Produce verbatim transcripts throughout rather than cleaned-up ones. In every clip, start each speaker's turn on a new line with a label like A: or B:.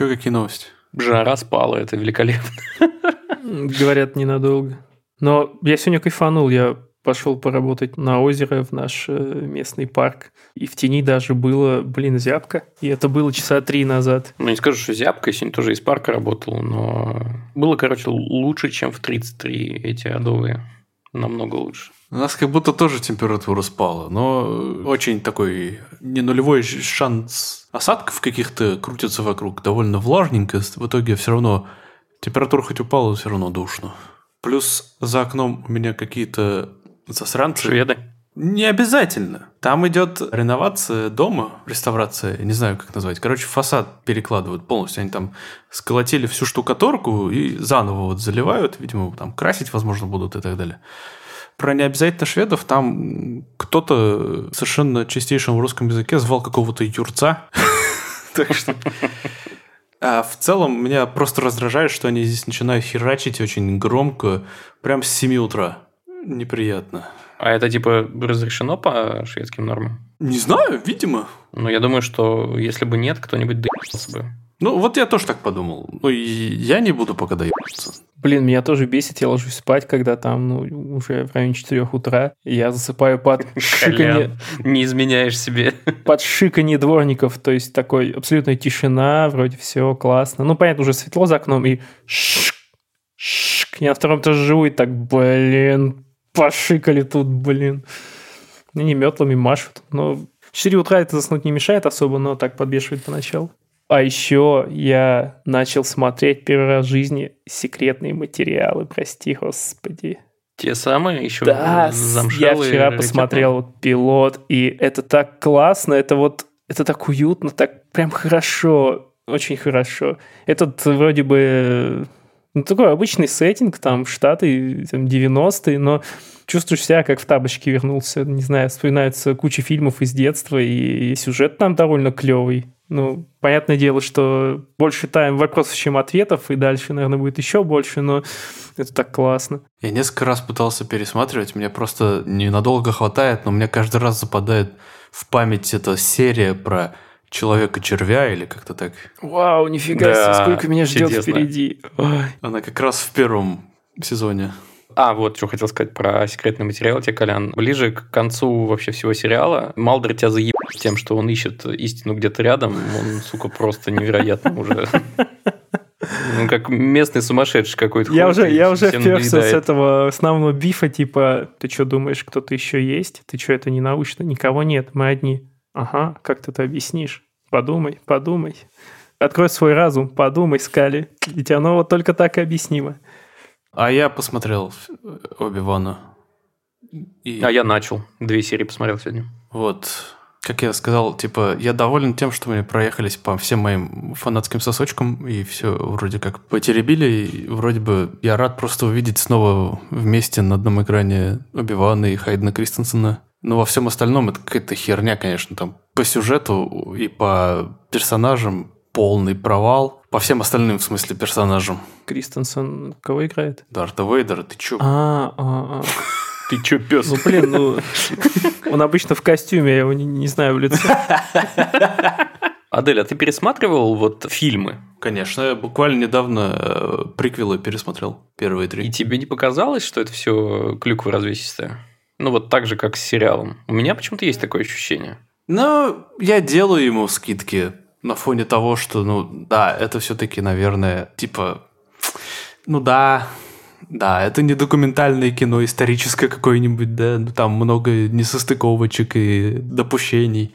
A: Че, какие новости?
B: Жара спала, это великолепно.
C: Говорят, ненадолго. Но я сегодня кайфанул, я пошел поработать на озеро в наш местный парк. И в тени даже было, блин, зябко. И это было часа три назад.
B: Ну, не скажу, что зябко, я сегодня тоже из парка работал, но было, короче, лучше, чем в тридцать три эти адовые. Намного лучше.
A: У нас как будто тоже температура спала, но очень такой не нулевой шанс осадков каких-то крутится вокруг, довольно влажненько. В итоге все равно температура хоть упала, но все равно душно. Плюс за окном у меня какие-то засранцы.
B: Шведы?
A: Не обязательно. Там идет реновация дома, реставрация, не знаю, как назвать. Короче, фасад перекладывают полностью. Они там сколотили всю штукатурку и заново вот заливают. Видимо, там красить, возможно, будут и так далее. Про необязательно шведов там кто-то совершенно чистейшем в русском языке звал какого-то юрца. Так что... А в целом меня просто раздражает, что они здесь начинают херачить очень громко, прям с семи утра. Неприятно.
B: А это типа разрешено по шведским нормам?
A: Не знаю, видимо.
B: Ну, я думаю, что если бы нет, кто-нибудь доебался бы.
A: Ну, вот я тоже так подумал. Ну, и я не буду пока доебаться.
C: Блин, меня тоже бесит, я ложусь спать, когда там, ну, уже в районе четырех утра. Я засыпаю под шиканье...
B: Не изменяешь себе.
C: Под шиканье дворников, то есть такой абсолютная тишина, вроде все классно. Ну, понятно, уже светло за окном, и шик, шик. Я на втором этаже живу, и так, блин, пошикали тут, блин. Они метлами машут. Но в четыре утра это заснуть не мешает особо, но так подбешивает поначалу. А еще я начал смотреть первый раз в жизни секретные материалы, прости господи.
B: Те самые еще
C: да,
B: замшелые?
C: Я вчера посмотрел вот пилот, и это так классно, это вот, это так уютно, так прям хорошо, очень хорошо. Этот вроде бы, ну, такой обычный сеттинг, там, Штаты, там, девяностые, но чувствуешь себя, как в тапочке вернулся. Не знаю, вспоминается куча фильмов из детства, и сюжет там довольно клевый. Ну, понятное дело, что больше тайм вопросов, чем ответов, и дальше, наверное, будет еще больше, но это так классно.
A: Я несколько раз пытался пересматривать, мне просто ненадолго хватает, но мне каждый раз западает в память эта серия про Человека-червя или как-то так.
C: Вау, нифига
B: да,
C: себе, сколько меня ждет
B: чудесно.
C: впереди. Ой.
A: Она как раз в первом сезоне.
B: А, вот, что хотел сказать про секретный материал тебе, Колян. Ближе к концу вообще всего сериала Малдер тебя заебет тем, что он ищет истину где-то рядом. Он, сука, просто невероятно уже... Ну, как местный сумасшедший какой-то.
C: Я уже, я уже вперся с этого основного бифа, типа, ты что, думаешь, кто-то еще есть? Ты что, это не научно? Никого нет, мы одни. Ага, как ты это объяснишь? Подумай, подумай. Открой свой разум, подумай, Скали. Ведь оно вот только так и объяснимо.
A: А я посмотрел Оби-Вана.
B: И... А я начал. Две серии посмотрел сегодня.
A: Вот. Как я сказал, типа, я доволен тем, что мы проехались по всем моим фанатским сосочкам, и все вроде как потеребили. И вроде бы я рад просто увидеть снова вместе на одном экране Оби-Вана и Хайдена Кристенсена. Но во всем остальном это какая-то херня, конечно. Там по сюжету и по персонажам полный провал. По всем остальным, в смысле, персонажам.
C: Кристенсен кого играет?
A: Дарта Вейдера, ты чё?
C: А, а, а.
B: Ты чё, пёс?
C: Ну, блин, ну... Он обычно в костюме, я его не, не знаю в лицо.
B: Адель, а ты пересматривал вот фильмы?
A: Конечно, я буквально недавно э, приквелы пересмотрел, первые три.
B: И тебе не показалось, что это все клюква развесистая? Ну, вот так же, как с сериалом. У меня почему-то есть такое ощущение.
A: Ну, я делаю ему скидки на фоне того, что, ну, да, это все-таки, наверное, типа, ну да, да, это не документальное кино, историческое какое-нибудь, да, ну, там много несостыковочек и допущений.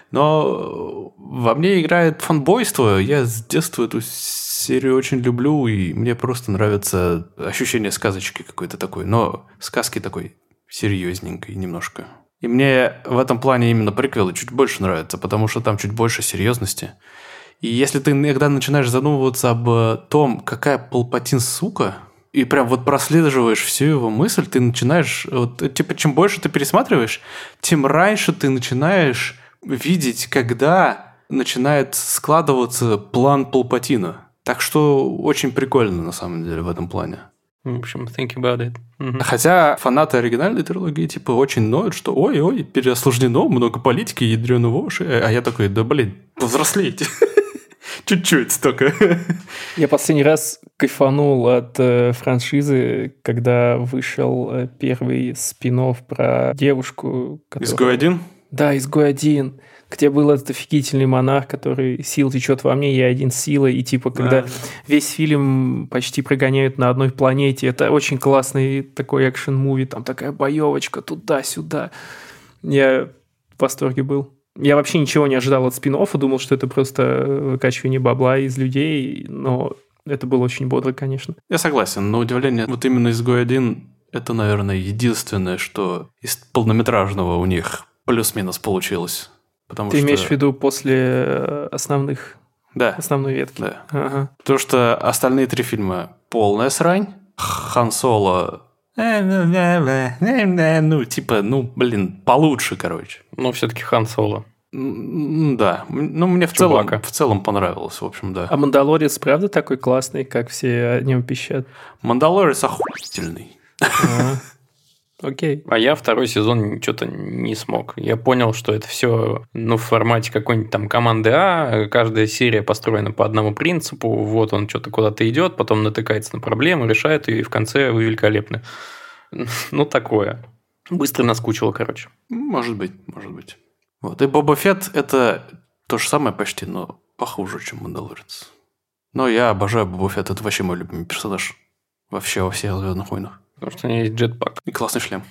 A: Но во мне играет фанбойство. Я с детства эту серию очень люблю, и мне просто нравится ощущение сказочки какой-то такой, но сказки такой серьезненькой немножко. И мне в этом плане именно приквелы чуть больше нравятся, потому что там чуть больше серьезности. И если ты иногда начинаешь задумываться об том, какая Палпатин сука, и прям вот прослеживаешь всю его мысль, ты начинаешь... Вот, типа, чем больше ты пересматриваешь, тем раньше ты начинаешь видеть, когда начинает складываться план Палпатина. Так что очень прикольно, на самом деле, в этом плане.
B: В общем, think about it. Mm-hmm.
A: Хотя фанаты оригинальной трилогии типа очень ноют, что ой-ой, переосложнено, много политики, ядрёно воши. А я такой, да блин, повзрослейте. Чуть-чуть только.
C: Я последний раз кайфанул от э, франшизы, когда вышел э, первый спин-офф про девушку. Которая...
A: Изгой один?
C: Да, Изгой один. Где был этот офигительный монах, который сил течет во мне, я один с силой. И типа, когда да. весь фильм почти прогоняют на одной планете, это очень классный такой экшен-муви, там такая боевочка туда-сюда. Я в восторге был. Я вообще ничего не ожидал от спин-оффа, думал, что это просто выкачивание бабла из людей, но это было очень бодро, конечно.
A: Я согласен, на удивление, вот именно «Изгой один» это, наверное, единственное, что из полнометражного у них плюс-минус получилось. Потому
C: Ты
A: что...
C: имеешь в виду после основных,
A: да.
C: основной ветки?
A: Да.
C: Ага.
A: Потому что остальные три фильма полная срань, Хан Соло... Ну, типа, ну, блин, получше, короче.
B: Но все-таки Хан Соло.
A: Да. Ну, мне в целом, в целом понравилось, в общем, да.
C: А «Мандалорец» правда такой классный, как все о нем пищат?
A: «Мандалорец» охуительный.
C: Окей.
B: А я второй сезон что-то не смог. Я понял, что это все ну, в формате какой-нибудь там команды А. Каждая серия построена по одному принципу. Вот он что-то куда-то идет, потом натыкается на проблему, решает ее, и в конце вы великолепны. Ну, такое. Быстро наскучило, короче.
A: Может быть, может быть. Вот. И Боба Фетт – это то же самое почти, но похуже, чем «Мандалорец». Но я обожаю Боба Фетт. Это вообще мой любимый персонаж. Вообще во всех «Звездных войнах».
B: Потому что у меня есть джетпак.
A: И классный шлем.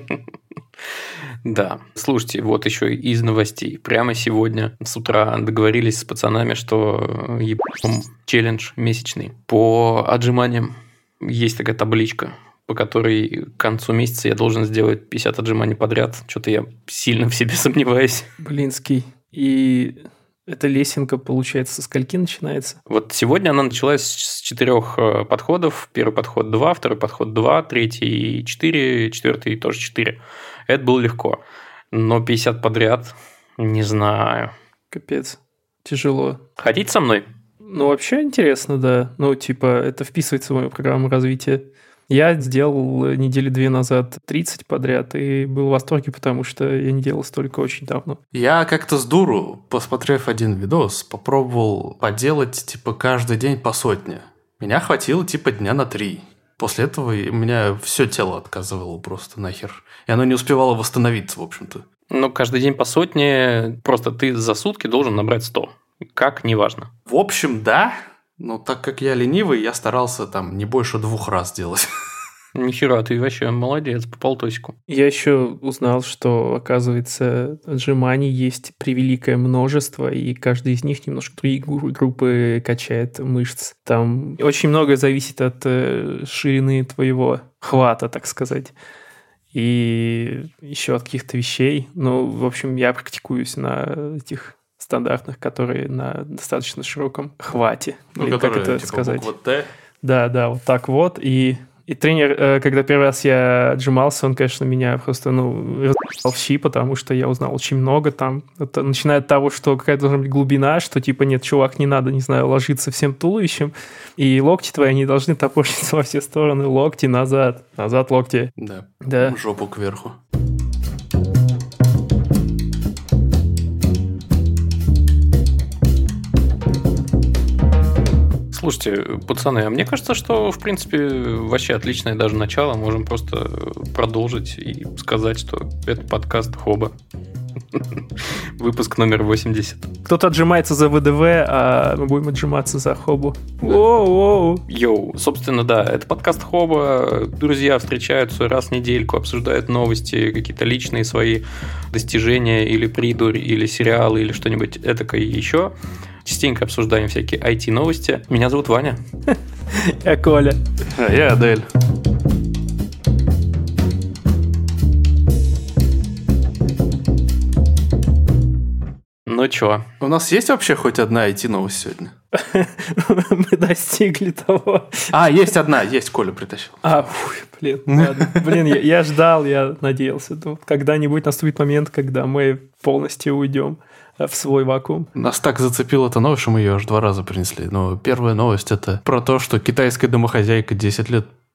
B: Да. Слушайте, вот еще из новостей. Прямо сегодня с утра договорились с пацанами, что ебем челлендж месячный. По отжиманиям есть такая табличка, по которой к концу месяца я должен сделать пятьдесят отжиманий подряд. Что-то я сильно в себе сомневаюсь.
C: Блинский. И... Эта лесенка, получается, со скольки начинается?
B: Вот сегодня она началась с четырех подходов. Первый подход два, второй подход два, третий четыре, четвертый тоже четыре. Это было легко. Но пятьдесят подряд, не знаю.
C: Капец, тяжело.
B: Хотите со мной?
C: Ну, вообще интересно, да. Ну, типа, это вписывается в мою программу развития. Я сделал недели две назад тридцать подряд и был в восторге, потому что я не делал столько очень давно.
A: Я как-то с дуру, посмотрев один видос, попробовал поделать типа каждый день по сотне. Меня хватило типа дня на три. После этого у меня все тело отказывало просто нахер. И оно не успевало восстановиться, в общем-то.
B: Ну, каждый день по сотне, просто ты за сутки должен набрать сто. Как, неважно.
A: В общем, да. Но так как я ленивый, я старался там не больше двух раз делать.
B: Нихера, ты вообще молодец, по полтосику.
C: Я еще узнал, что, оказывается, отжиманий есть превеликое множество, и каждый из них немножко другие группы качает мышц. Там очень многое зависит от э, ширины твоего хвата, так сказать. И еще от каких-то вещей. Ну, в общем, я практикуюсь на этих... стандартных, которые на достаточно широком хвате.
A: Ну,
C: или
A: которые,
C: как это
A: типа,
C: сказать?
A: буква Т.
C: Да, да, вот так вот. И, и тренер, когда первый раз я отжимался, он, конечно, меня просто, ну, разъебал в щи, потому что я узнал очень много там. Это, начиная от того, что какая-то должна быть глубина, что типа, нет, чувак, не надо, не знаю, ложиться всем туловищем, и локти твои не должны топорщиться во все стороны. Локти назад, назад локти.
A: Да,
C: да.
A: Жопу кверху.
B: Слушайте, пацаны, а мне кажется, что, в принципе, вообще отличное даже начало. Можем просто продолжить и сказать, что это подкаст Хоба. Выпуск номер восемьдесят.
C: Кто-то отжимается за ВДВ, а мы будем отжиматься за Хобу. Воу-воу.
B: Йоу, собственно, да, это подкаст Хоба. Друзья встречаются раз в недельку, обсуждают новости, какие-то личные свои достижения или придурь, или сериалы, или что-нибудь этакое еще. Частенько обсуждаем всякие ай ти-новости. Меня зовут Ваня.
C: Я Коля.
A: А я Адель.
B: Ну чё?
A: У нас есть вообще хоть одна ай ти-новость сегодня?
C: Мы достигли того.
A: А, есть одна, есть, Коля притащил.
C: А, фу, блин, ладно. Блин, я, я ждал, я надеялся. Ну, когда-нибудь наступит момент, когда мы полностью уйдем в свой вакуум.
A: Нас так зацепила эта новость, что мы ее аж два раза принесли. Но первая новость – это про то, что китайская домохозяйка десять лет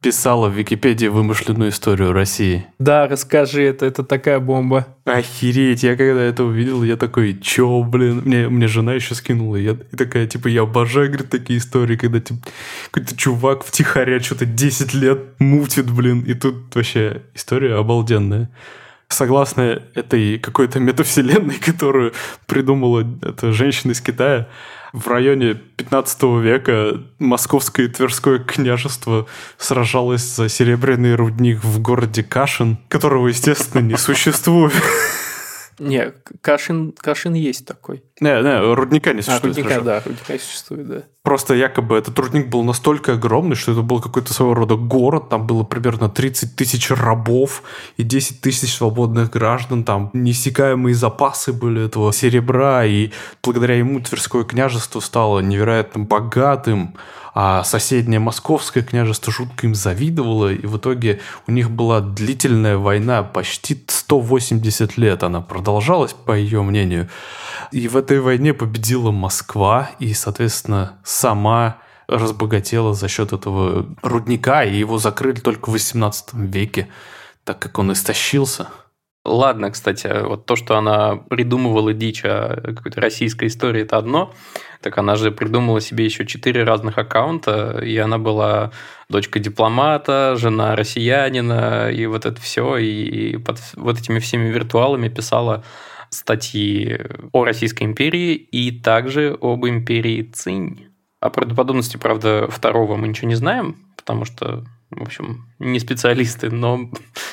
A: писала в Википедии вымышленную историю России.
C: Да, расскажи, это, это такая бомба.
A: Охереть, я когда это увидел, я такой, чё, блин, мне, мне жена еще скинула, я и такая, типа, я обожаю, говорит, такие истории, когда, типа, какой-то чувак втихаря что-то десять лет мутит, блин, и тут вообще история обалденная. Согласно этой какой-то метавселенной, которую придумала эта женщина из Китая, в районе пятнадцатого века Московское и Тверское княжество сражалось за серебряный рудник в городе Кашин, которого, естественно, не существует.
C: Не, Кашин, Кашин есть такой.
A: Не, не, рудника не существует.
C: А, рудника, хорошо. Да, рудника существует, да.
A: Просто якобы этот рудник был настолько огромный, что это был какой-то своего рода город, там было примерно тридцать тысяч рабов и десять тысяч свободных граждан, там неиссякаемые запасы были этого серебра, и благодаря ему Тверское княжество стало невероятно богатым, а соседнее Московское княжество жутко им завидовало, и в итоге у них была длительная война, почти сто восемьдесят лет она продолжалась, по ее мнению. И в этой войне победила Москва, и, соответственно, сама разбогатела за счет этого рудника, и его закрыли только в восемнадцатом веке, так как он истощился.
B: Ладно, кстати, вот то, что она придумывала дичь о какой-то российской истории, это одно. Так она же придумала себе еще четыре разных аккаунта, и она была дочка дипломата, жена россиянина, и вот это все, и под вот этими всеми виртуалами писала статьи о Российской империи и также об империи Цинь. О правдоподобности, правда, второго мы ничего не знаем, потому что, в общем, не специалисты, но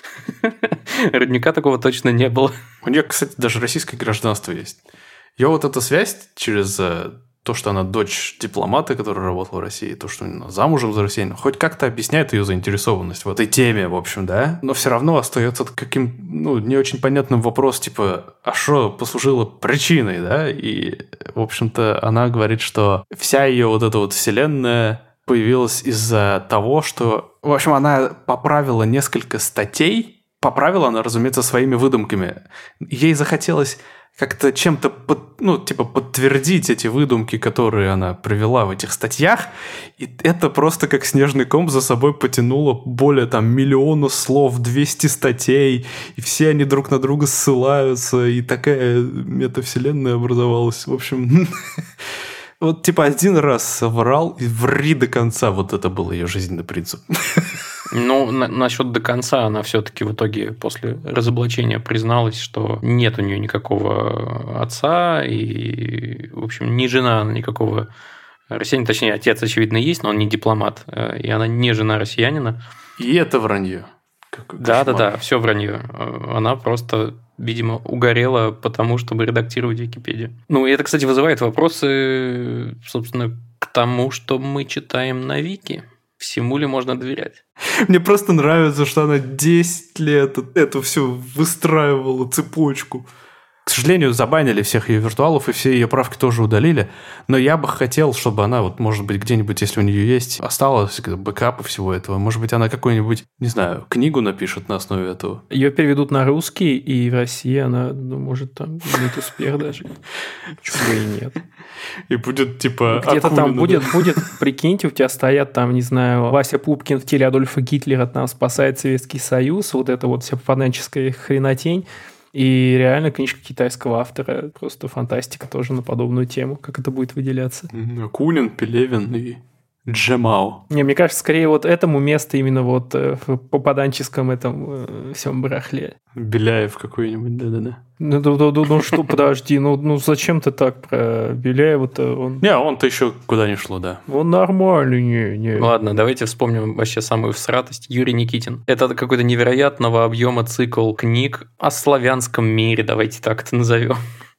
B: рудника такого точно не было.
A: У нее, кстати, даже российское гражданство есть. Ее вот эта связь через то, что она дочь дипломата, который работал в России, то, что она замужем за россиянином, хоть как-то объясняет ее заинтересованность в этой теме, в общем, да? Но все равно остается каким, ну, не очень понятным вопрос, типа, а что послужило причиной, да? И, в общем-то, она говорит, что вся ее вот эта вот вселенная появилась из-за того, что... В общем, она поправила несколько статей. Поправила она, разумеется, своими выдумками. Ей захотелось как-то чем-то, под, ну, типа, подтвердить эти выдумки, которые она привела в этих статьях, и это просто как снежный ком за собой потянуло более, там, миллиона слов, двести статей, и все они друг на друга ссылаются, и такая метавселенная образовалась. В общем, вот, типа, один раз соврал, и ври до конца. Вот это был ее жизненный принцип.
B: Ну, на- насчет до конца она все-таки в итоге после разоблачения призналась, что нет у нее никакого отца, и, в общем, не жена она никакого россиянина, точнее, отец, очевидно, есть, но он не дипломат, и она не жена россиянина.
A: И это вранье.
B: Да-да-да, все вранье. Она просто, видимо, угорела потому, чтобы редактировать Википедию. Ну, и это, кстати, вызывает вопросы, собственно, к тому, что мы читаем на Вики. Всему ли можно доверять?
A: Мне просто нравится, что она десять лет эту всю выстраивала цепочку. К сожалению, забанили всех ее виртуалов, и все ее правки тоже удалили. Но я бы хотел, чтобы она, вот, может быть, где-нибудь, если у нее есть, осталось бэкапы всего этого. Может быть, она какую-нибудь, не знаю, книгу напишет на основе этого.
C: Ее переведут на русский, и в России она, ну, может, там иметь успех даже. Чего и нет.
A: И будет, типа,
C: где-то
A: Акулина,
C: там будет,
A: да?
C: будет, прикиньте, у тебя стоят там, не знаю, Вася Пупкин в теле Адольфа Гитлера там спасает Советский Союз, вот это вот вся попаданческая хренотень. И реально книжка китайского автора, просто фантастика тоже на подобную тему, как это будет выделяться.
A: Акунин, Пелевин и Джемао.
C: Не, мне кажется, скорее вот этому место именно вот в попаданческом этом э, всем барахле.
A: Беляев какой-нибудь, да-да-да.
C: Ну, ну, ну, ну, ну что, подожди, ну, ну зачем ты так про Беляева-то? Он,
A: Не, он-то еще куда не шло, да.
C: он нормальный, не, не.
B: Ладно, давайте вспомним вообще самую всратость. Юрий Никитин. Это какой-то невероятного объема цикл книг о славянском мире, давайте так это назовем.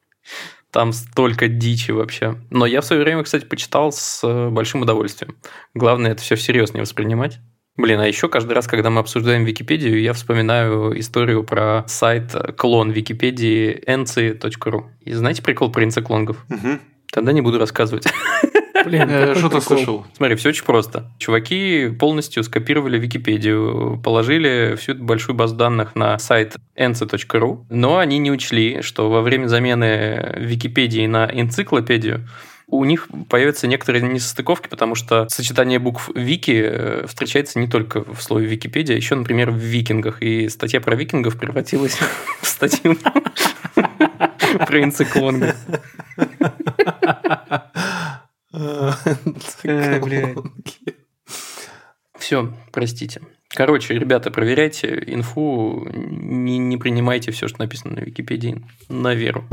B: Там столько дичи вообще. Но я в свое время, кстати, почитал с большим удовольствием. Главное, это все всерьез не воспринимать. Блин, а еще каждый раз, когда мы обсуждаем Википедию, я вспоминаю историю про сайт клон Википедии эн ци точка ру. И знаете прикол про энциклонгов?
A: Угу.
B: Тогда не буду рассказывать.
C: Блин,
A: Я
C: какой
A: что-то
C: прикол.
A: слышал.
B: Смотри, все очень просто. Чуваки полностью скопировали Википедию, положили всю эту большую базу данных на сайт эн ци точка ру, но они не учли, что во время замены Википедии на энциклопедию у них появятся некоторые несостыковки, потому что сочетание букв «Вики» встречается не только в слове «Википедия», а еще, например, в «Викингах». И статья про викингов превратилась в статью про энциклонги. Все, простите. Короче, ребята, проверяйте инфу, не, не принимайте все, что написано на Википедии, на веру.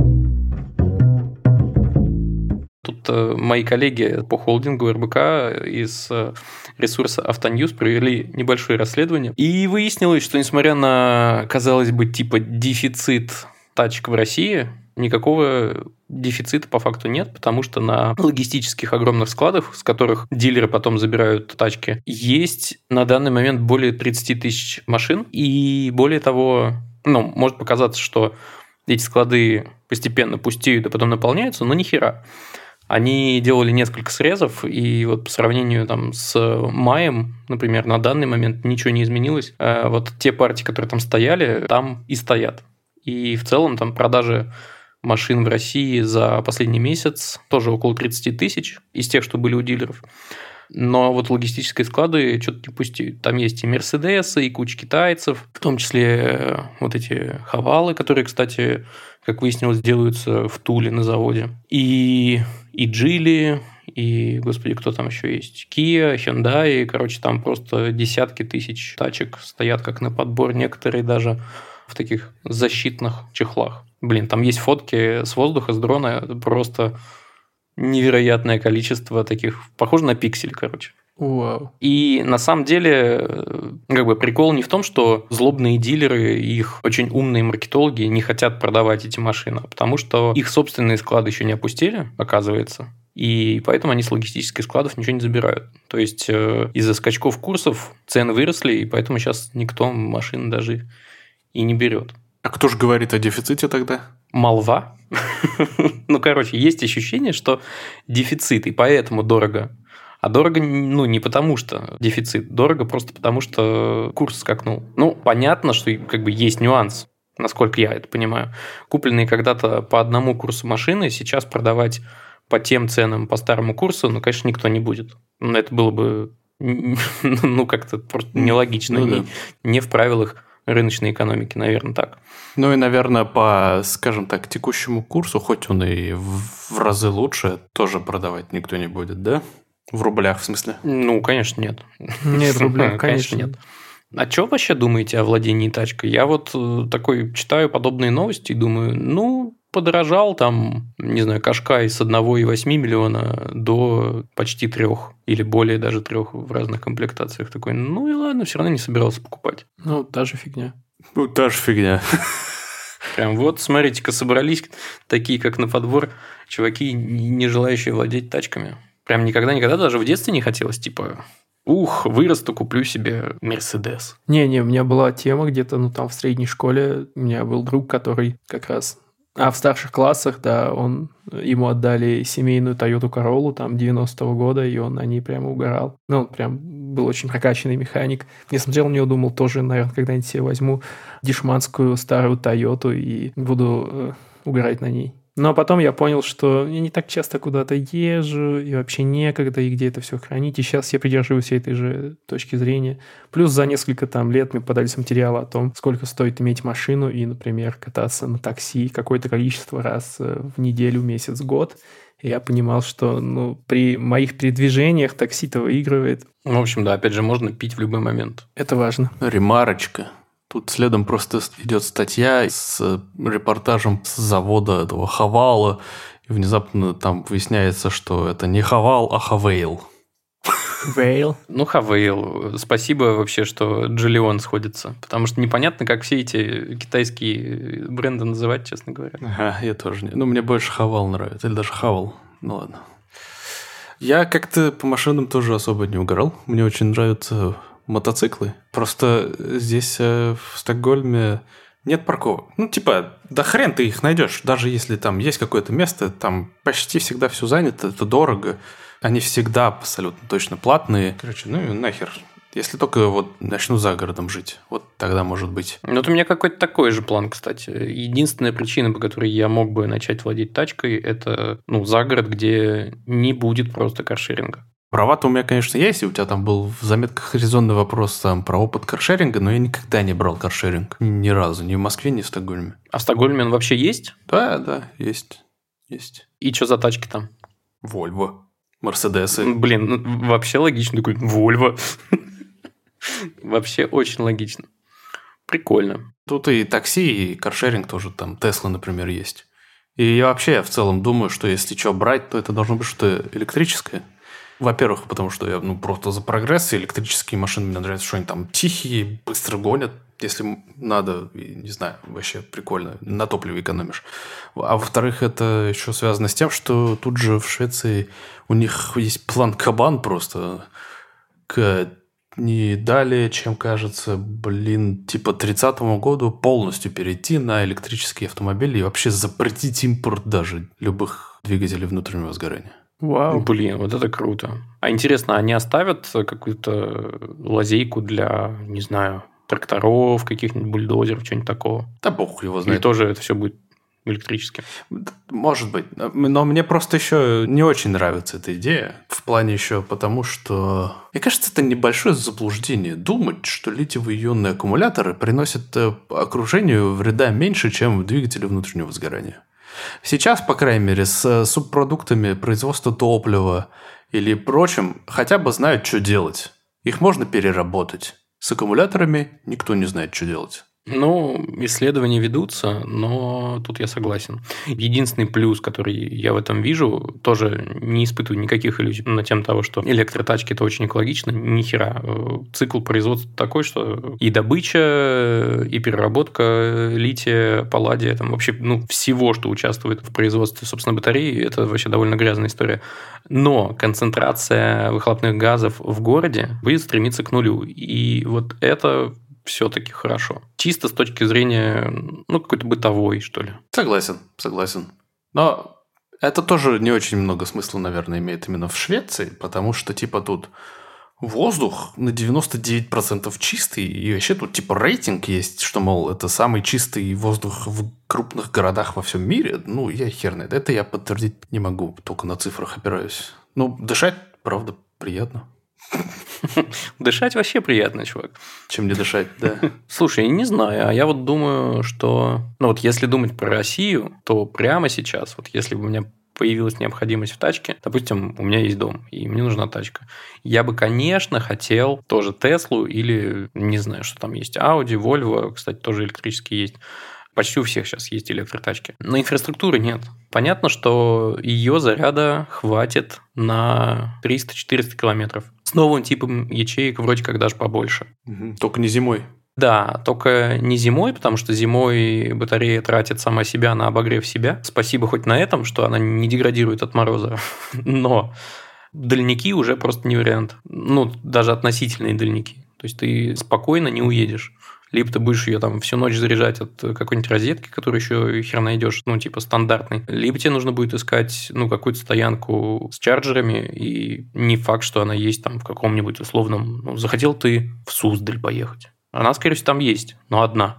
B: Тут э, мои коллеги по холдингу эр бэ ка из э, ресурса Автоньюз провели небольшое расследование. И выяснилось, что несмотря на, казалось бы, типа дефицит тачек в России, никакого дефицита по факту нет, потому что на логистических огромных складах, с которых дилеры потом забирают тачки, есть на данный момент более тридцать тысяч машин. И более того, ну, может показаться, что эти склады постепенно пустеют и потом наполняются, но ни хера. Они делали несколько срезов, и вот по сравнению там, с маем, например, на данный момент ничего не изменилось. Вот те партии, которые там стояли, там и стоят. И в целом там продажи машин в России за последний месяц тоже около тридцать тысяч из тех, что были у дилеров. Но вот логистические склады что-то не пустеют. Там есть и Мерседесы, и куча китайцев, в том числе вот эти Хавалы, которые, кстати, как выяснилось, делаются в Туле на заводе. И, и Джили, и, господи, кто там еще есть? Kia, Hyundai. Короче, там просто десятки тысяч тачек стоят как на подбор. Некоторые даже в таких защитных чехлах. Блин, там есть фотки с воздуха, с дрона. Просто невероятное количество таких. Похоже на пиксель, короче.
C: Вау.
B: И на самом деле, как бы прикол не в том, что злобные дилеры и их очень умные маркетологи не хотят продавать эти машины, а потому что их собственные склады еще не опустили, оказывается. И поэтому они с логистических складов ничего не забирают. То есть из-за скачков курсов цены выросли, и поэтому сейчас никто машины даже и не берет.
A: А кто же говорит о дефиците тогда?
B: Молва. Ну, короче, есть ощущение, что дефицит, и поэтому дорого. А дорого, ну, не потому что дефицит, дорого просто потому, что курс скакнул. Ну, понятно, что как бы есть нюанс, насколько я это понимаю. Купленные когда-то по одному курсу машины сейчас продавать по тем ценам, по старому курсу, ну, конечно, никто не будет. Но это было бы, ну, как-то просто нелогично,
A: ну,
B: не,
A: да.
B: не в правилах рыночной экономики, наверное, так.
A: Ну и, наверное, по, скажем так, текущему курсу, хоть он и в разы лучше, тоже продавать никто не будет, да? В рублях, в смысле?
B: Ну, конечно, нет.
C: Нет, в рублях, конечно,
B: нет. А что вообще думаете о владении тачкой? Я вот такой читаю подобные новости и думаю, ну, подорожал там, не знаю, Кашкай с одного целых восьми десятых миллиона до почти трех или более даже трех в разных комплектациях. Такой, ну и ладно, все равно не собирался покупать.
C: Ну, та же фигня.
A: Ну, та же фигня.
B: Прям вот, смотрите-ка, собрались такие, как на подбор, чуваки, не желающие владеть тачками. Прям никогда-никогда даже в детстве не хотелось, типа, ух, вырасту, куплю себе Мерседес.
C: Не-не, у меня была тема где-то, ну, там в средней школе, у меня был друг, который как раз... А в старших классах, да, он, ему отдали семейную Toyota Corolla, там, девяностого года, и он на ней прямо угорал. Ну, он прям был очень прокачанный механик. Я смотрел на него, думал, тоже, наверное, когда-нибудь себе возьму дешманскую старую Toyota и буду э, угорать на ней. Но потом я понял, что я не так часто куда-то езжу, и вообще некогда, и где это все хранить. И сейчас я придерживаюсь этой же точки зрения. Плюс за несколько там лет мне подались материалы о том, сколько стоит иметь машину и, например, кататься на такси какое-то количество раз в неделю, месяц, год. И я понимал, что ну, при моих передвижениях такси-то выигрывает.
B: В общем, да, опять же, можно пить в любой момент.
C: Это важно.
A: Ремарочка. Тут следом просто идет статья с репортажем с завода этого Хавала, и внезапно там выясняется, что это не Хавал, а Хавейл.
C: Вейл.
B: Ну, Хавейл. Спасибо вообще, что Джиллион сходится, потому что непонятно, как все эти китайские бренды называть, честно говоря.
A: Ага, я тоже не. Ну, мне больше Хавал нравится, или даже Хавал. Ну, ладно. Я как-то по машинам тоже особо не угорал. Мне очень нравятся... мотоциклы. Просто здесь э, в Стокгольме нет парковок. Ну, типа, да хрен ты их найдешь. Даже если там есть какое-то место, там почти всегда все занято, это дорого. Они всегда абсолютно точно платные. Короче, ну и нахер. Если только вот начну за городом жить, вот тогда может быть.
B: Ну, вот у меня какой-то такой же план, кстати. Единственная причина, по которой я мог бы начать владеть тачкой, это ну, за город, где не будет просто каршеринга.
A: Права-то у меня, конечно, есть, и у тебя там был в заметках резонный вопрос там, про опыт каршеринга, но я никогда не брал каршеринг. Ни, ни разу, ни в Москве, ни в Стокгольме.
B: А в Стокгольме он вообще есть?
A: Да, да, есть. Есть.
B: И что за тачки там?
A: Вольво, Мерседесы.
B: Блин, ну, вообще логично. Такой, Вольво. Вообще очень логично. Прикольно.
A: Тут и такси, и каршеринг тоже там. Тесла, например, есть. И я вообще в целом думаю, что если что брать, то это должно быть что-то электрическое. Во-первых, потому что я ну, просто за прогресс, и электрические машины мне нравятся, что они там тихие, быстро гонят, если надо, и, не знаю, вообще прикольно, на топливе экономишь. А во-вторых, это еще связано с тем, что тут же в Швеции у них есть план Кабан просто к не далее, чем, кажется, блин, типа тридцатому году полностью перейти на электрические автомобили и вообще запретить импорт даже любых двигателей внутреннего сгорания.
C: Вау.
B: Блин, вот это круто. А интересно, они оставят какую-то лазейку для, не знаю, тракторов, каких-нибудь бульдозеров, что-нибудь такого?
A: Да бог его
B: Или
A: знает.
B: тоже это все будет электрическим?
A: Может быть. Но мне просто еще не очень нравится эта идея. В плане еще потому, что... Мне кажется, это небольшое заблуждение. Думать, что литиево-ионные аккумуляторы приносят окружению вреда меньше, чем двигатели внутреннего сгорания. Сейчас, по крайней мере, с субпродуктами производства топлива или прочим хотя бы знают, что делать. Их можно переработать. С аккумуляторами никто не знает, что делать.
B: Ну, исследования ведутся, но тут я согласен. Единственный плюс, который я в этом вижу, тоже не испытываю никаких иллюзий на тему того, что электротачки – это очень экологично. Ни хера. Цикл производства такой, что и добыча, и переработка лития, палладия, там вообще ну, всего, что участвует в производстве, собственно, батареи, это вообще довольно грязная история. Но концентрация выхлопных газов в городе будет стремиться к нулю. И вот это... все-таки хорошо. Чисто с точки зрения, ну, какой-то бытовой, что ли.
A: Согласен, согласен. Но это тоже не очень много смысла, наверное, имеет именно в Швеции, потому что, типа, тут воздух на девяносто девять процентов чистый, и вообще тут, типа, рейтинг есть, что, мол, это самый чистый воздух в крупных городах во всем мире. Ну, я хер знает. Это я подтвердить не могу, только на цифрах опираюсь. Ну, дышать, правда, приятно.
B: Дышать вообще приятно, чувак.
A: Чем не дышать, да.
B: Слушай, не знаю, а я вот думаю, что... Ну, вот если думать про Россию, то прямо сейчас, вот если бы у меня появилась необходимость в тачке, допустим, у меня есть дом, и мне нужна тачка, я бы, конечно, хотел тоже Теслу или, не знаю, что там есть, Audi, Volvo, кстати, тоже электрические есть. Почти у всех сейчас есть электротачки. Но инфраструктуры нет. Понятно, что ее заряда хватит на триста-четыреста километров. С новым типом ячеек вроде как даже побольше.
A: Угу. Только не зимой.
B: Да, только не зимой, потому что зимой батарея тратит сама себя на обогрев себя. Спасибо хоть на этом, что она не деградирует от мороза. Но дальники уже просто не вариант. Ну, даже относительные дальники. То есть ты спокойно не уедешь. Либо ты будешь ее там всю ночь заряжать от какой-нибудь розетки, которую еще хер найдешь, ну, типа стандартный. Либо тебе нужно будет искать, ну, какую-то стоянку с чарджерами, и не факт, что она есть там в каком-нибудь условном... Ну, захотел ты в Суздаль поехать. Она, скорее всего, там есть, но одна.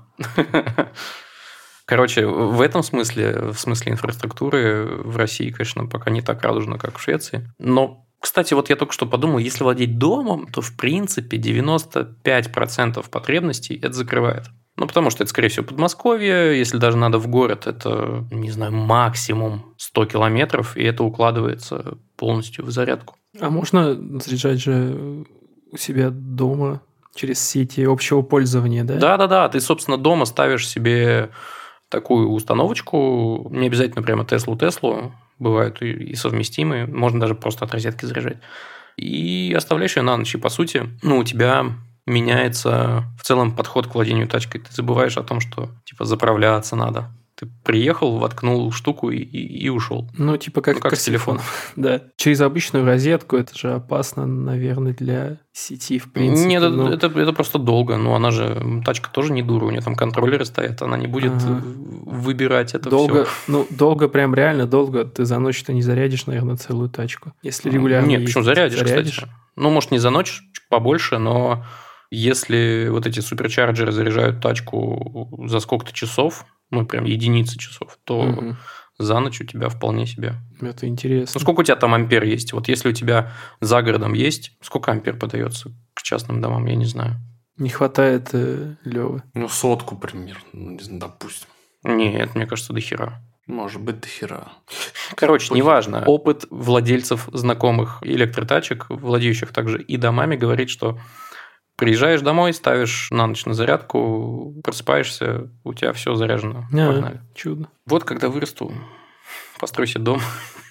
B: Короче, в этом смысле, в смысле инфраструктуры в России, конечно, пока не так радужно, как в Швеции. Но кстати, вот я только что подумал, если владеть домом, то, в принципе, девяносто пять процентов потребностей это закрывает. Ну, потому что это, скорее всего, Подмосковье. Если даже надо в город, это, не знаю, максимум сто километров, и это укладывается полностью в зарядку.
C: А можно заряжать же у себя дома через сети общего пользования, да?
B: Да-да-да, ты, собственно, дома ставишь себе такую установочку, не обязательно прямо Теслу-Теслу, бывают и совместимые, можно даже просто от розетки заряжать. И оставляешь ее на ночь, и по сути, ну, у тебя меняется в целом подход к владению тачкой. Ты забываешь о том, что типа заправляться надо. Ты приехал, воткнул штуку и, и, и ушел.
C: Ну, типа как,
B: ну, как
C: как
B: с телефоном.
C: Да. Через обычную розетку это же опасно, наверное, для сети, в принципе.
B: Нет,
C: ну...
B: это, это просто долго. Ну, она же, тачка тоже не дура, у нее там контроллеры стоят, она не будет ага. выбирать это
C: долго,
B: все.
C: Ну, долго, прям реально долго. Ты за ночь-то не зарядишь, наверное, целую тачку. Если регулярно
B: Нет, почему зарядишь,
C: зарядишь,
B: кстати. Ну, может, не за ночь, чуть побольше, но если вот эти суперчарджеры заряжают тачку за сколько-то часов, ну, прям единицы часов, то угу. за ночь у тебя вполне себе.
C: Это интересно.
B: Ну, сколько у тебя там ампер есть? Вот если у тебя за городом есть, сколько ампер подается к частным домам, я не знаю.
C: Не хватает э, Лёвы.
A: Ну, сотку примерно, ну, не знаю, допустим.
B: Нет, мне кажется, до хера.
A: Может быть, до хера.
B: Короче, Похер. неважно. Опыт владельцев знакомых электротачек, владеющих также и домами, говорит, что приезжаешь домой, ставишь на ночь на зарядку, просыпаешься, у тебя все заряжено.
C: А,
B: Погнали.
C: Чудо.
B: Вот когда вырасту, построй себе дом,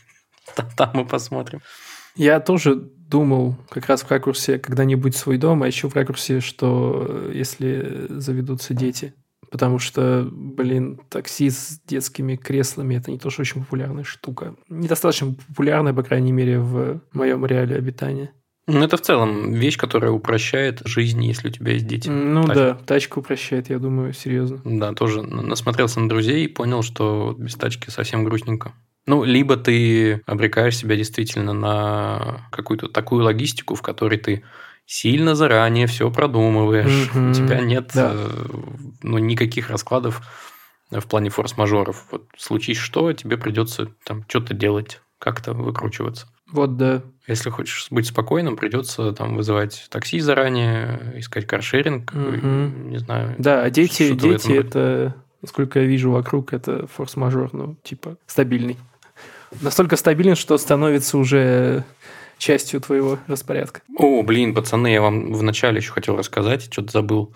B: там мы посмотрим.
C: Я тоже думал как раз в ракурсе когда-нибудь свой дом, а еще в ракурсе, что если заведутся дети. Потому что, блин, такси с детскими креслами – это не то, что очень популярная штука. Недостаточно популярная, по крайней мере, в моем реале обитания.
B: Ну, это в целом вещь, которая упрощает жизнь, если у тебя есть дети.
C: Ну тачка. да, тачка упрощает, я думаю, серьезно.
B: Да, тоже насмотрелся на друзей и понял, что без тачки совсем грустненько. Ну, либо ты обрекаешь себя действительно на какую-то такую логистику, в которой ты сильно заранее все продумываешь, mm-hmm. у тебя нет да. ну, никаких раскладов в плане форс-мажоров. Вот случись что, тебе придется там что-то делать, как-то выкручиваться.
C: Вот да.
B: Если хочешь быть спокойным, придется там вызывать такси заранее, искать каршеринг, mm-hmm. не знаю.
C: Да, а дети, дети это, насколько я вижу вокруг, это форс-мажор, ну, типа, стабильный. Настолько стабильный, что становится уже частью твоего распорядка.
B: О, блин, пацаны, я вам вначале еще хотел рассказать, что-то забыл.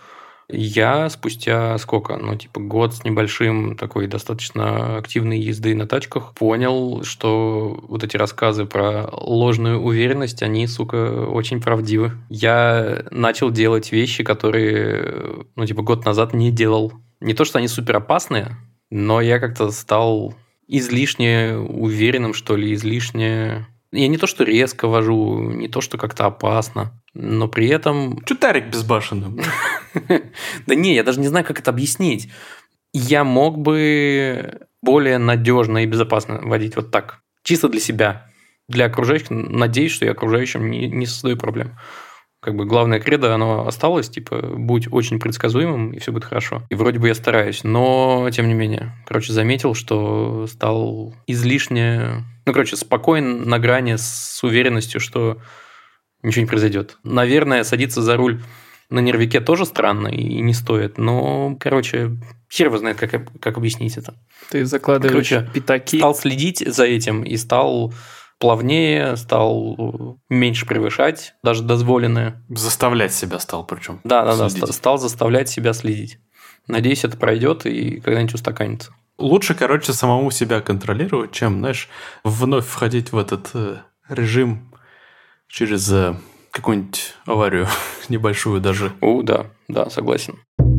B: Я спустя сколько, ну, типа год с небольшим такой достаточно активной езды на тачках понял, что вот эти рассказы про ложную уверенность, они, сука, очень правдивы. Я начал делать вещи, которые, ну, типа год назад не делал. Не то, что они супер опасные, но я как-то стал излишне уверенным, что ли, излишне... Я не то, что резко вожу, не то, что как-то опасно, но при этом...
A: Чё Тарик безбашенным?
B: Да не, я даже не знаю, как это объяснить. Я мог бы более надежно и безопасно водить вот так. Чисто для себя. Для окружающих. Надеюсь, что я окружающим не, не создаю проблем. Как бы главное кредо, оно осталось, типа, будь очень предсказуемым, и все будет хорошо. И вроде бы я стараюсь, но тем не менее. Короче, заметил, что стал излишне... Ну, короче, спокоен на грани с уверенностью, что ничего не произойдет. Наверное, садиться за руль на нервике тоже странно и не стоит, но, короче, хер его знает, как, как объяснить это.
C: Ты закладываешь короче, пятаки.
B: Стал следить за этим и стал плавнее, стал меньше превышать, даже дозволенное.
A: Заставлять себя стал причем.
B: Да, да, да, стал заставлять себя следить. Надеюсь, это пройдет и когда-нибудь устаканится.
A: Лучше, короче, самому себя контролировать, чем, знаешь, вновь входить в этот э, режим через э, какую-нибудь аварию небольшую даже.
B: О, да, да, согласен.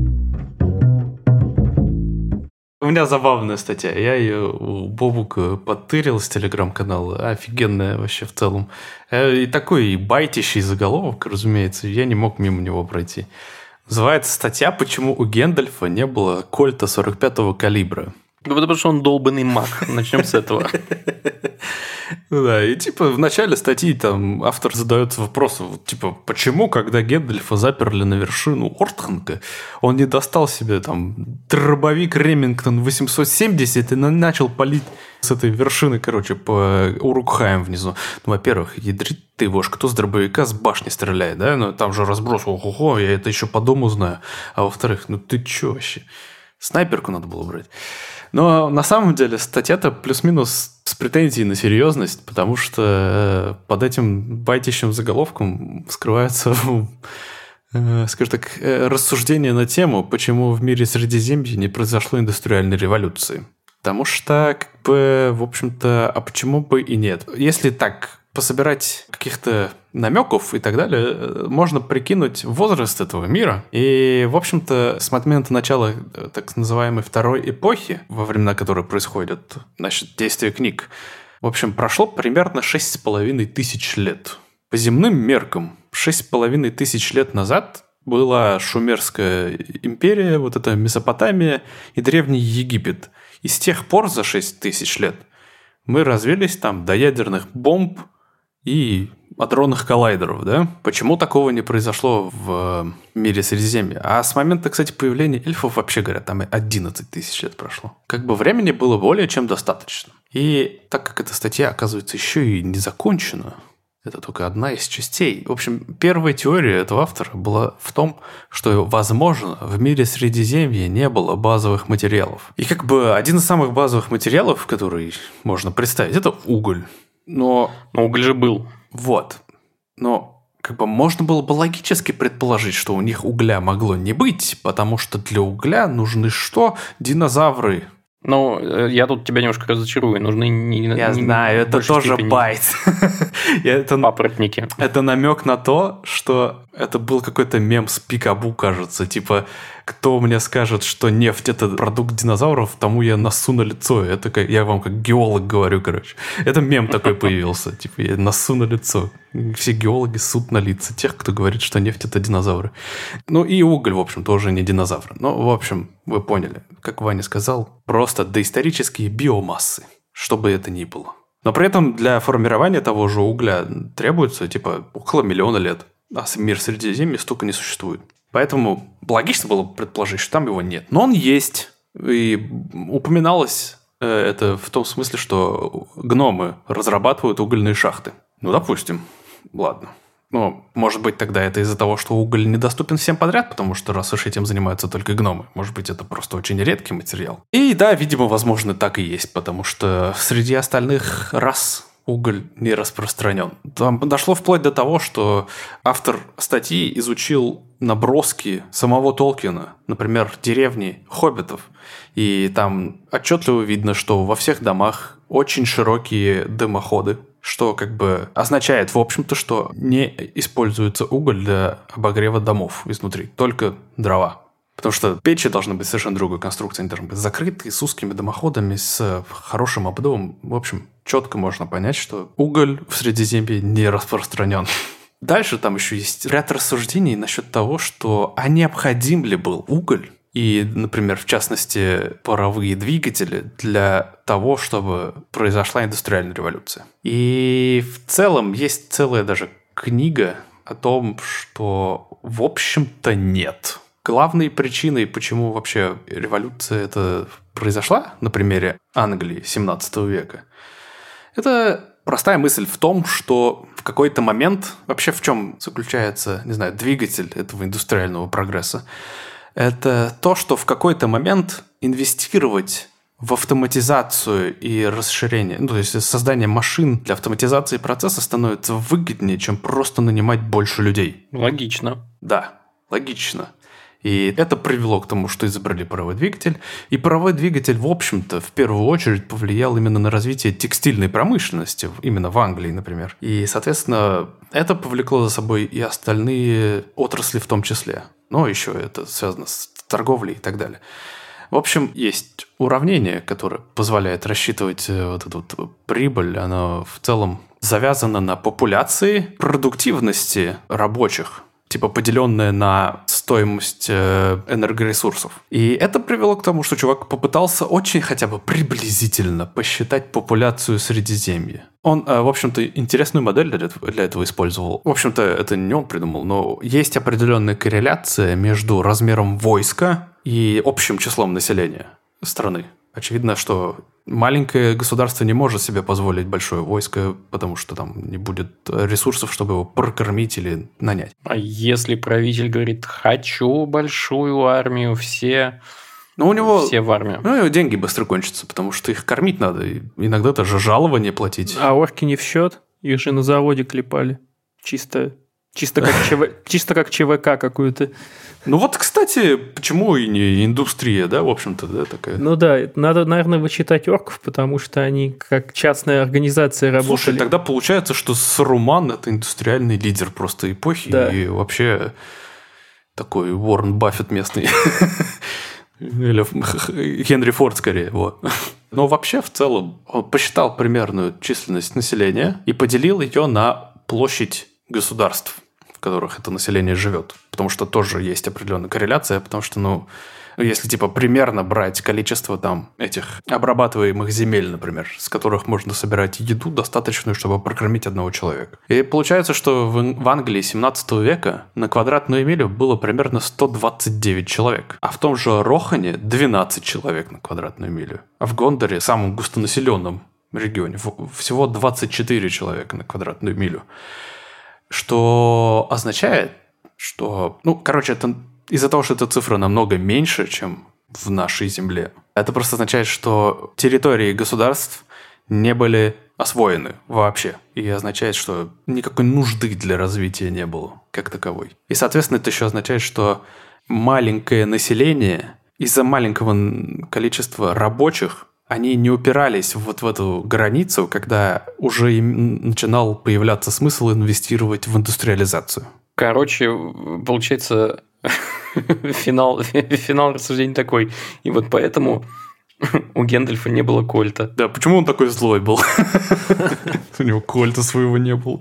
A: У меня забавная статья. Я ее у Бобука подтырил с телеграм-канала. Офигенная вообще в целом. И такой байтящий заголовок, разумеется. Я не мог мимо него пройти. Называется статья «Почему у Гэндальфа не было кольта сорок пятого калибра».
B: Ну, потому что он долбанный маг. Начнем с этого.
A: Да, и типа в начале статьи там автор задает вопрос, типа, почему, когда Гэндальфа заперли на вершину Ортханга, он не достал себе там дробовик Ремингтон восемьсот семьдесят и начал палить с этой вершины, короче, по Урукхаям внизу. Ну, во-первых, ядрит ты вошь, кто с дробовика с башни стреляет, да? Ну, там же разброс, ого-го, я это еще по дому знаю. А во-вторых, ну ты че вообще? Снайперку надо было брать. Но на самом деле статья-то плюс-минус с претензией на серьезность, потому что под этим байтящим заголовком скрывается, скажем так, рассуждение на тему, почему в мире Средиземья не произошло индустриальной революции. Потому что, как бы, в общем-то, а почему бы и нет? Если так пособирать каких-то намеков и так далее, можно прикинуть возраст этого мира. И, в общем-то, с момента начала так называемой второй эпохи, во времена которой происходят, значит, действия книг, в общем, прошло примерно шесть с половиной тысяч лет. По земным меркам, шесть с половиной тысяч лет назад была Шумерская империя, вот эта Месопотамия и Древний Египет. И с тех пор за шесть тысяч лет мы развились там до ядерных бомб и адронных коллайдеров, да? Почему такого не произошло в мире Средиземья? А с момента, кстати, появления эльфов, вообще говорят, там одиннадцать тысяч лет прошло. Как бы времени было более чем достаточно. И так как эта статья, оказывается, еще и не закончена, это только одна из частей. В общем, первая теория этого автора была в том, что, возможно, в мире Средиземья не было базовых материалов. И как бы один из самых базовых материалов, который можно представить, это уголь. Но...
B: Но уголь же был.
A: Вот. Но как бы можно было бы логически предположить, что у них угля могло не быть, потому что для угля нужны что? Динозавры.
B: Ну, я тут тебя немножко разочарую. Нужны не...
A: Я
B: не,
A: знаю, это тоже
B: степени...
A: байт. это,
B: Папоротники.
A: Это намек на то, что это был какой-то мем с Пикабу, кажется. Типа, кто мне скажет, что нефть – это продукт динозавров, тому я насу на лицо. Это как, я вам как геолог говорю, короче. Это мем такой появился. Типа, я насу на лицо. Все геологи ссут на лица тех, кто говорит, что нефть – это динозавры. Ну и уголь, в общем, тоже не динозавры. Но, в общем, вы поняли, как Ваня сказал, просто доисторические биомассы, что бы это ни было. Но при этом для формирования того же угля требуется, типа, около миллиона лет. А мир Средиземья столько не существует. Поэтому логично было предположить, что там его нет. Но он есть. И упоминалось э, это в том смысле, что гномы разрабатывают угольные шахты. Ну, допустим. Ладно. Ну, может быть, тогда это из-за того, что уголь недоступен всем подряд, потому что раз уж этим занимаются только гномы. Может быть, это просто очень редкий материал. И да, видимо, возможно, так и есть, потому что среди остальных рас уголь не распространен. Там дошло вплоть до того, что автор статьи изучил наброски самого Толкина, например, деревни хоббитов. И там отчетливо видно, что во всех домах очень широкие дымоходы, что как бы означает, в общем-то, что не используется уголь для обогрева домов изнутри, только дрова. Потому что печи должны быть совершенно другой конструкции, они должны быть закрытые, с узкими дымоходами, с хорошим обдувом. В общем, четко можно понять, что уголь в Средиземье не распространен. Дальше там еще есть ряд рассуждений насчет того, что а необходим ли был уголь, и, например, в частности, паровые двигатели для того, чтобы произошла индустриальная революция. И в целом есть целая даже книга о том, что, в общем-то, нет. Главной причиной, почему вообще революция это произошла на примере Англии семнадцатого века, это простая мысль в том, что в какой-то момент, вообще в чем заключается, не знаю, двигатель этого индустриального прогресса, это то, что в какой-то момент инвестировать в автоматизацию и расширение, ну, то есть создание машин для автоматизации процесса становится выгоднее, чем просто нанимать больше людей.
B: Логично.
A: Да, логично. И это привело к тому, что изобрели паровой двигатель. И паровой двигатель, в общем-то, в первую очередь повлиял именно на развитие текстильной промышленности, именно в Англии, например. И, соответственно, это повлекло за собой и остальные отрасли в том числе. Но еще это связано с торговлей и так далее. В общем, есть уравнение, которое позволяет рассчитывать вот эту вот прибыль. Оно в целом завязано на популяции, продуктивности рабочих, типа поделенная на стоимость энергоресурсов. И это привело к тому, что чувак попытался очень хотя бы приблизительно посчитать популяцию Средиземья. Он, в общем-то, интересную модель для этого использовал. В общем-то, это не он придумал, но есть определенная корреляция между размером войска и общим числом населения страны. Очевидно, что маленькое государство не может себе позволить большое войско, потому что там не будет ресурсов, чтобы его прокормить или нанять.
B: А если правитель говорит, хочу большую армию, все,
A: но у него,
B: все в армию?
A: Ну, у него деньги быстро кончатся, потому что их кормить надо. И иногда даже жалование платить.
C: А орки не в счет? Их же на заводе клепали. Чисто... Чисто как, ЧВ... Чисто как ЧВК какую-то.
A: Ну вот, кстати, почему и не индустрия, да, в общем-то, да, такая?
C: Ну да, надо, наверное, вычитать орков, потому что они как частная организация работали.
A: Слушай, тогда получается, что Саруман – это индустриальный лидер просто эпохи, да. И вообще такой Уоррен Баффет местный. Или Генри Форд, скорее, вот. Но вообще, в целом, он посчитал примерную численность населения и поделил ее на площадь государств, в которых это население живет. Потому что тоже есть определенная корреляция, потому что, ну, если, типа, примерно брать количество там этих обрабатываемых земель, например, с которых можно собирать еду, достаточную, чтобы прокормить одного человека. И получается, что в, в Англии семнадцатого века на квадратную милю было примерно сто двадцать девять человек, а в том же Рохане двенадцать человек на квадратную милю. А в Гондоре, самом густонаселенном регионе, всего двадцать четыре человека на квадратную милю. Что означает, что... Ну, короче, это... Из-за того, что эта цифра намного меньше, чем в нашей земле, это просто означает, что территории государств не были освоены вообще. И означает, что никакой нужды для развития не было как таковой. И, соответственно, это еще означает, что маленькое население из-за маленького количества рабочих, они не упирались вот в эту границу, когда уже им начинал появляться смысл инвестировать в индустриализацию.
B: Короче, получается... Финал, финал рассуждений такой. И вот поэтому у Гэндальфа не было кольта.
A: Да, почему он такой злой был? У него кольта своего не было.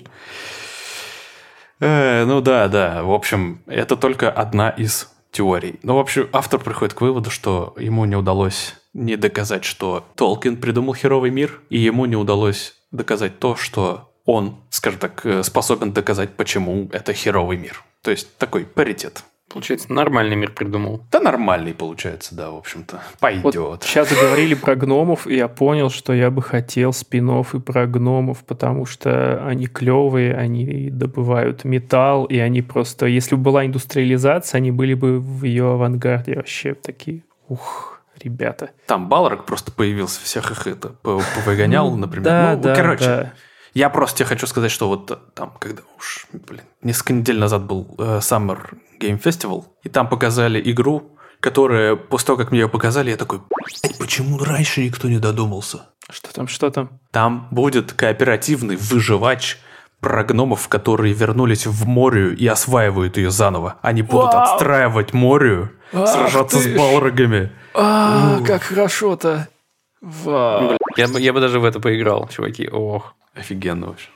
A: Ну да, да. В общем, это только одна из теорий. Но, в общем, автор приходит к выводу, что ему не удалось не доказать, что Толкин придумал херовый мир, и ему не удалось доказать то, что он, скажем так, способен доказать, почему это херовый мир. То есть такой паритет.
B: Получается, нормальный мир придумал.
A: Да нормальный получается, да, в общем-то. Пойдет.
C: Вот сейчас заговорили про гномов, и я понял, что я бы хотел спин-офф и про гномов, потому что они клевые, они добывают металл, и они просто... Если бы была индустриализация, они были бы в ее авангарде вообще такие... Ух, ребята.
A: Там Балрог просто появился, всех их это повыгонял, ну, например.
C: Да,
A: ну,
C: да,
A: короче...
C: да.
A: Я просто тебе хочу сказать, что вот там, когда уж, блин, несколько недель назад был э, Summer Game Festival, и там показали игру, которая, после того, как мне ее показали, я такой, блядь, почему раньше никто не додумался?
C: Что там, что там?
A: Там будет кооперативный выживач про гномов, которые вернулись в Морию и осваивают ее заново. Они будут
C: Вау!
A: отстраивать Морию,
C: Ах
A: сражаться
C: ты
A: с балрогами.
C: А, как хорошо-то. Вау.
B: Я бы, я бы даже в это поиграл, чуваки. Ох.
A: Офигенно вообще.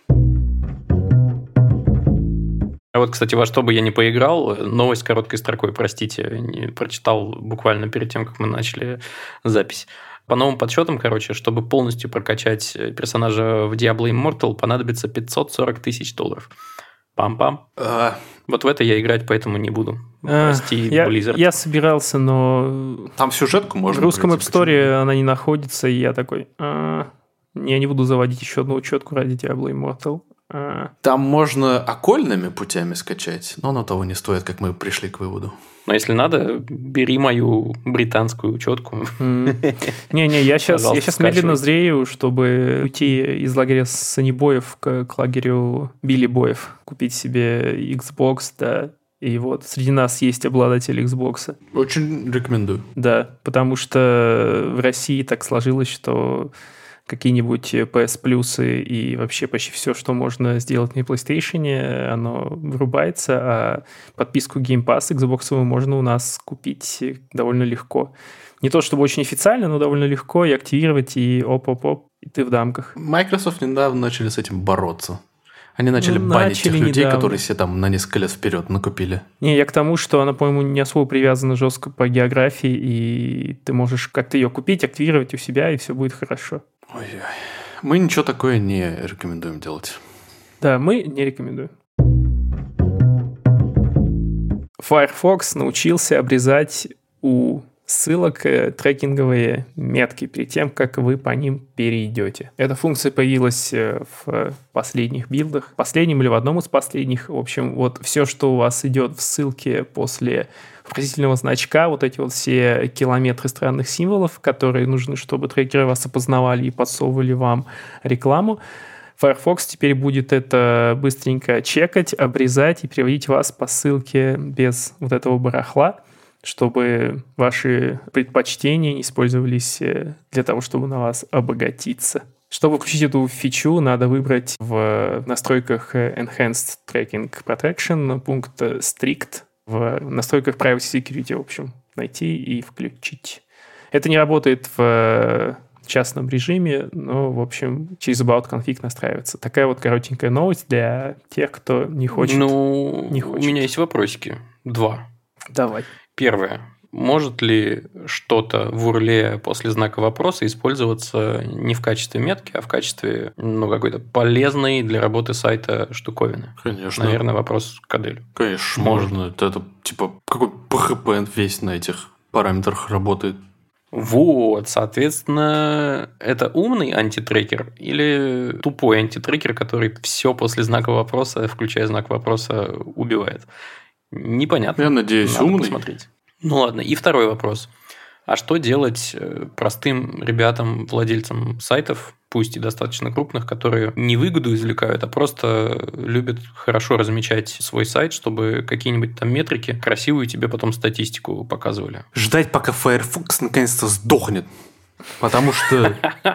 B: А вот, кстати, во что бы я не поиграл, новость короткой строкой, простите, не прочитал буквально перед тем, как мы начали запись. По новым подсчетам, короче, чтобы полностью прокачать персонажа в Diablo Immortal, понадобится пятьсот сорок тысяч долларов. Пам-пам.
A: А...
B: Вот в это я играть поэтому не буду.
C: А,
B: Прости,
C: я,
B: Blizzard.
C: я собирался, но...
A: Там сюжетку можно...
C: В русском App
A: пройти,
C: Store она не находится, и я такой... А, я не буду заводить еще одну учетку ради Diablo Immortal. А.
A: Там можно окольными путями скачать, но оно того не стоит, как мы пришли к выводу.
B: Но если надо, бери мою британскую учетку.
C: Не-не, я сейчас, я сейчас медленно зрею, чтобы уйти из лагеря санибоев к, к лагерю билли-боев, купить себе Xbox, да. И вот среди нас есть обладатель Xbox.
A: Очень рекомендую.
C: Да, потому что в России так сложилось, что какие-нибудь пи эс плюсы и вообще почти все, что можно сделать на PlayStation, оно вырубается, а подписку Game Pass Xbox можно у нас купить довольно легко. Не то чтобы очень официально, но довольно легко и активировать, и оп-оп-оп, и ты в дамках.
A: Microsoft недавно начали с этим бороться. Они начали
C: Ну,
A: банить
C: начали
A: тех людей,
C: недавно.
A: которые себе там на несколько лет вперед накупили.
C: Не, я к тому, что она, по-моему, не особо привязана жестко по географии, и ты можешь как-то ее купить, активировать у себя, и все будет хорошо.
A: Ой-ой. Мы ничего такое не рекомендуем делать.
C: Да, мы не рекомендуем. Firefox научился обрезать у ссылок трекинговые метки перед тем, как вы по ним перейдете. Эта функция появилась в последних билдах, в последнем или в одном из последних. В общем, вот все, что у вас идет в ссылке после вопросительного значка, вот эти вот все километры странных символов, которые нужны, чтобы трекеры вас опознавали и подсовывали вам рекламу, Firefox теперь будет это быстренько чекать, обрезать и приводить вас по ссылке без вот этого барахла, чтобы ваши предпочтения не использовались для того, чтобы на вас обогатиться. Чтобы включить эту фичу, надо выбрать в настройках Enhanced Tracking Protection пункт Strict, в настройках Privacy Security, в общем, найти и включить. Это не работает в частном режиме, но, в общем, через About Config настраивается. Такая вот коротенькая новость для тех, кто не хочет.
B: Ну,
C: не хочет.
B: У меня есть вопросики. Два.
C: Давай.
B: Первое. Может ли что-то в урле после знака вопроса использоваться не в качестве метки, а в качестве ну, какой-то полезной для работы сайта штуковины?
A: Конечно.
B: Наверное, вопрос к Аделю.
A: Конечно, можно. Это, это типа какой пи эйч пи весь на этих параметрах работает.
B: Вот, соответственно, это умный антитрекер или тупой антитрекер, который все после знака вопроса, включая знак вопроса, убивает? Непонятно.
A: Я надеюсь,
B: Надо
A: умный.
B: посмотреть. Ну ладно, и второй вопрос. А что делать простым ребятам, владельцам сайтов, пусть и достаточно крупных, которые не выгоду извлекают, а просто любят хорошо размечать свой сайт, чтобы какие-нибудь там метрики красивую тебе потом статистику показывали?
A: Ждать, пока Firefox наконец-то сдохнет. Потому что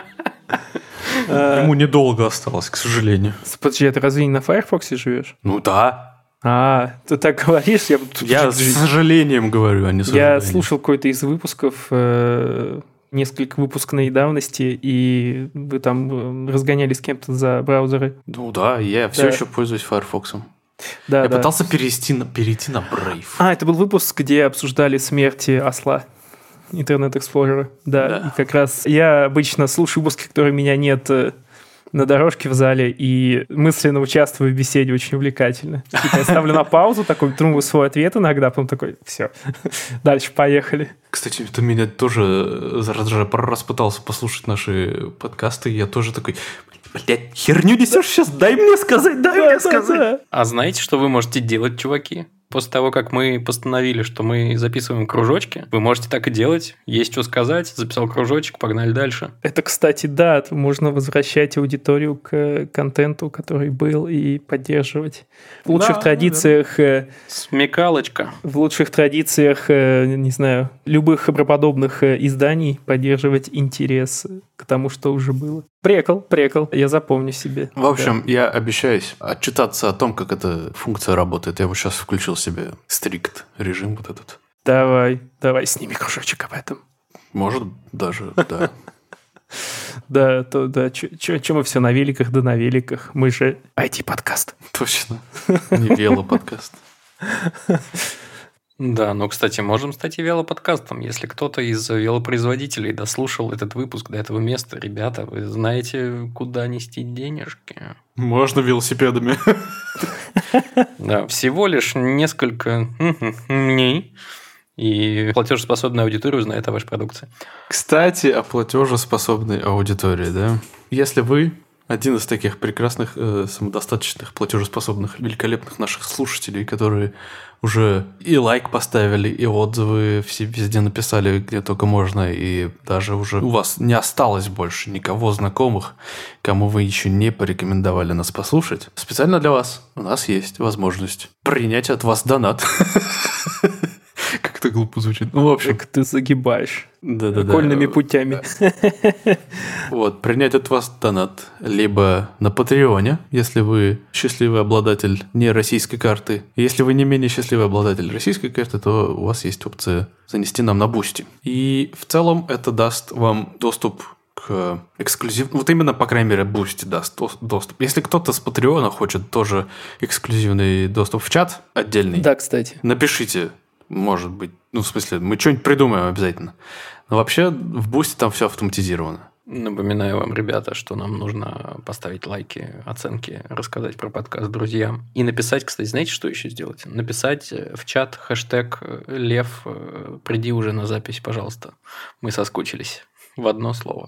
A: ему недолго осталось, к сожалению.
C: Подожди, ты разве не на Firefox живешь?
A: Ну да.
C: А, ты так говоришь? Я,
A: я с сожалением говорю, а не с
C: Я слушал какой-то из выпусков, э, несколько выпускной давности, и вы там разгонялись с кем-то за браузеры.
A: Ну да, я все да. еще пользуюсь Firefox.
C: Да,
A: я
C: да.
A: пытался перейти на, перейти на Brave.
C: А, это был выпуск, где обсуждали смерти осла. Интернет Эксплорера. Да, да. И как раз я обычно слушаю выпуски, которые меня нет на дорожке в зале, и мысленно участвую в беседе, очень увлекательно. Типа я ставлю на паузу, такой думаю свой ответ иногда, потом такой, все, дальше поехали.
A: Кстати, ты меня тоже раз, пару раз пытался послушать наши подкасты, и я тоже такой, блядь, херню несешь сейчас, дай мне сказать, дай да, мне да, сказать. Да.
B: А знаете, что вы можете делать, чуваки? После того, как мы постановили, что мы записываем кружочки, вы можете так и делать. Есть что сказать, записал кружочек, погнали дальше.
C: Это, кстати, да, можно возвращать аудиторию к контенту, который был, и поддерживать. В лучших да, традициях... Да.
B: Смекалочка.
C: В лучших традициях, не знаю, любых оброподобных изданий поддерживать интерес к тому, что уже было. Прикол, прикол. Я запомню себе.
A: В общем, да. я обещаюсь отчитаться о том, как эта функция работает. Я вот сейчас включил себе стрикт режим вот этот.
C: Давай, давай, сними кружочек об этом.
A: Может, даже, да.
C: Да, то да, че мы все на великах, да на великах. Мы же ай ти-подкаст.
A: Точно. Не велоподкаст.
B: Да, ну, кстати, можем стать и велоподкастом. Если кто-то из велопроизводителей дослушал этот выпуск до этого места, ребята, вы знаете, куда нести денежки.
A: Можно велосипедами.
B: Да, всего лишь несколько дней, и платежеспособная аудитория узнает о вашей продукции.
A: Кстати, о платежеспособной аудитории, да? Если вы один из таких прекрасных, э, самодостаточных, платежеспособных, великолепных наших слушателей, которые уже и лайк поставили, и отзывы все везде написали, где только можно, и даже уже у вас не осталось больше никого знакомых, кому вы еще не порекомендовали нас послушать, специально для вас у нас есть возможность принять от вас донат. Как это глупо звучит.
C: Ну, в общем, как ты загибаешь.
A: Да-да-да.
C: Окольными путями.
A: Вот, принять от вас донат либо на Патреоне, если вы счастливый обладатель не российской карты. Если вы не менее счастливый обладатель российской карты, то у вас есть опция занести нам на Бусти. И в целом это даст вам доступ к эксклюзивному... Вот именно, по крайней мере, Бусти даст доступ. Если кто-то с Патреона хочет тоже эксклюзивный доступ в чат отдельный.
C: Да, кстати.
A: Напишите. Может быть. Ну, в смысле, мы что-нибудь придумаем обязательно. Но вообще в Бусти там все автоматизировано.
B: Напоминаю вам, ребята, что нам нужно поставить лайки, оценки, рассказать про подкаст друзьям. И написать, кстати, знаете, что еще сделать? Написать в чат хэштег «Лев, приди уже на запись, пожалуйста». Мы соскучились. В одно слово.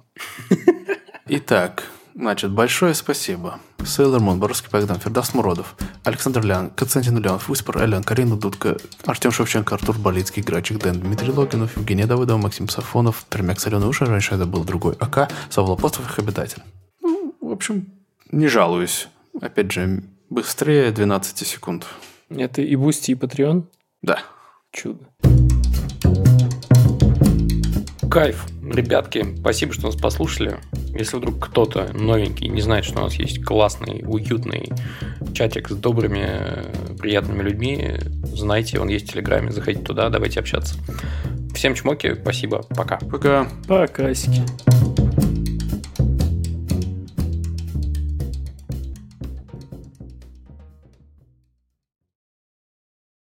A: Итак, значит, большое спасибо. Сейлор Мун, Боровский Богдан, Фердас Муродов, Александр Лян, Константин Ульянов, Выспор, Алян, Карина Дудка, Артем Шевченко, Артур Болицкий, Грачик Дэн, Дмитрий Логинов, Евгений Давыдов, Максим Сафонов, Пермяк Соленый Уши, раньше это был другой АК, Савол Апостолов, их обитатель. Ну, в общем, не жалуюсь. Опять же, быстрее двенадцати секунд.
C: Это и Бусти, и Patreon?
A: Да.
C: Чудо.
B: Кайф, ребятки, спасибо, что нас послушали. Если вдруг кто-то новенький не знает, что у нас есть классный, уютный чатик с добрыми, приятными людьми, знайте, он есть в Телеграме, заходите туда, давайте общаться. Всем чмоки, спасибо, пока.
A: Пока.
C: Пока, сики.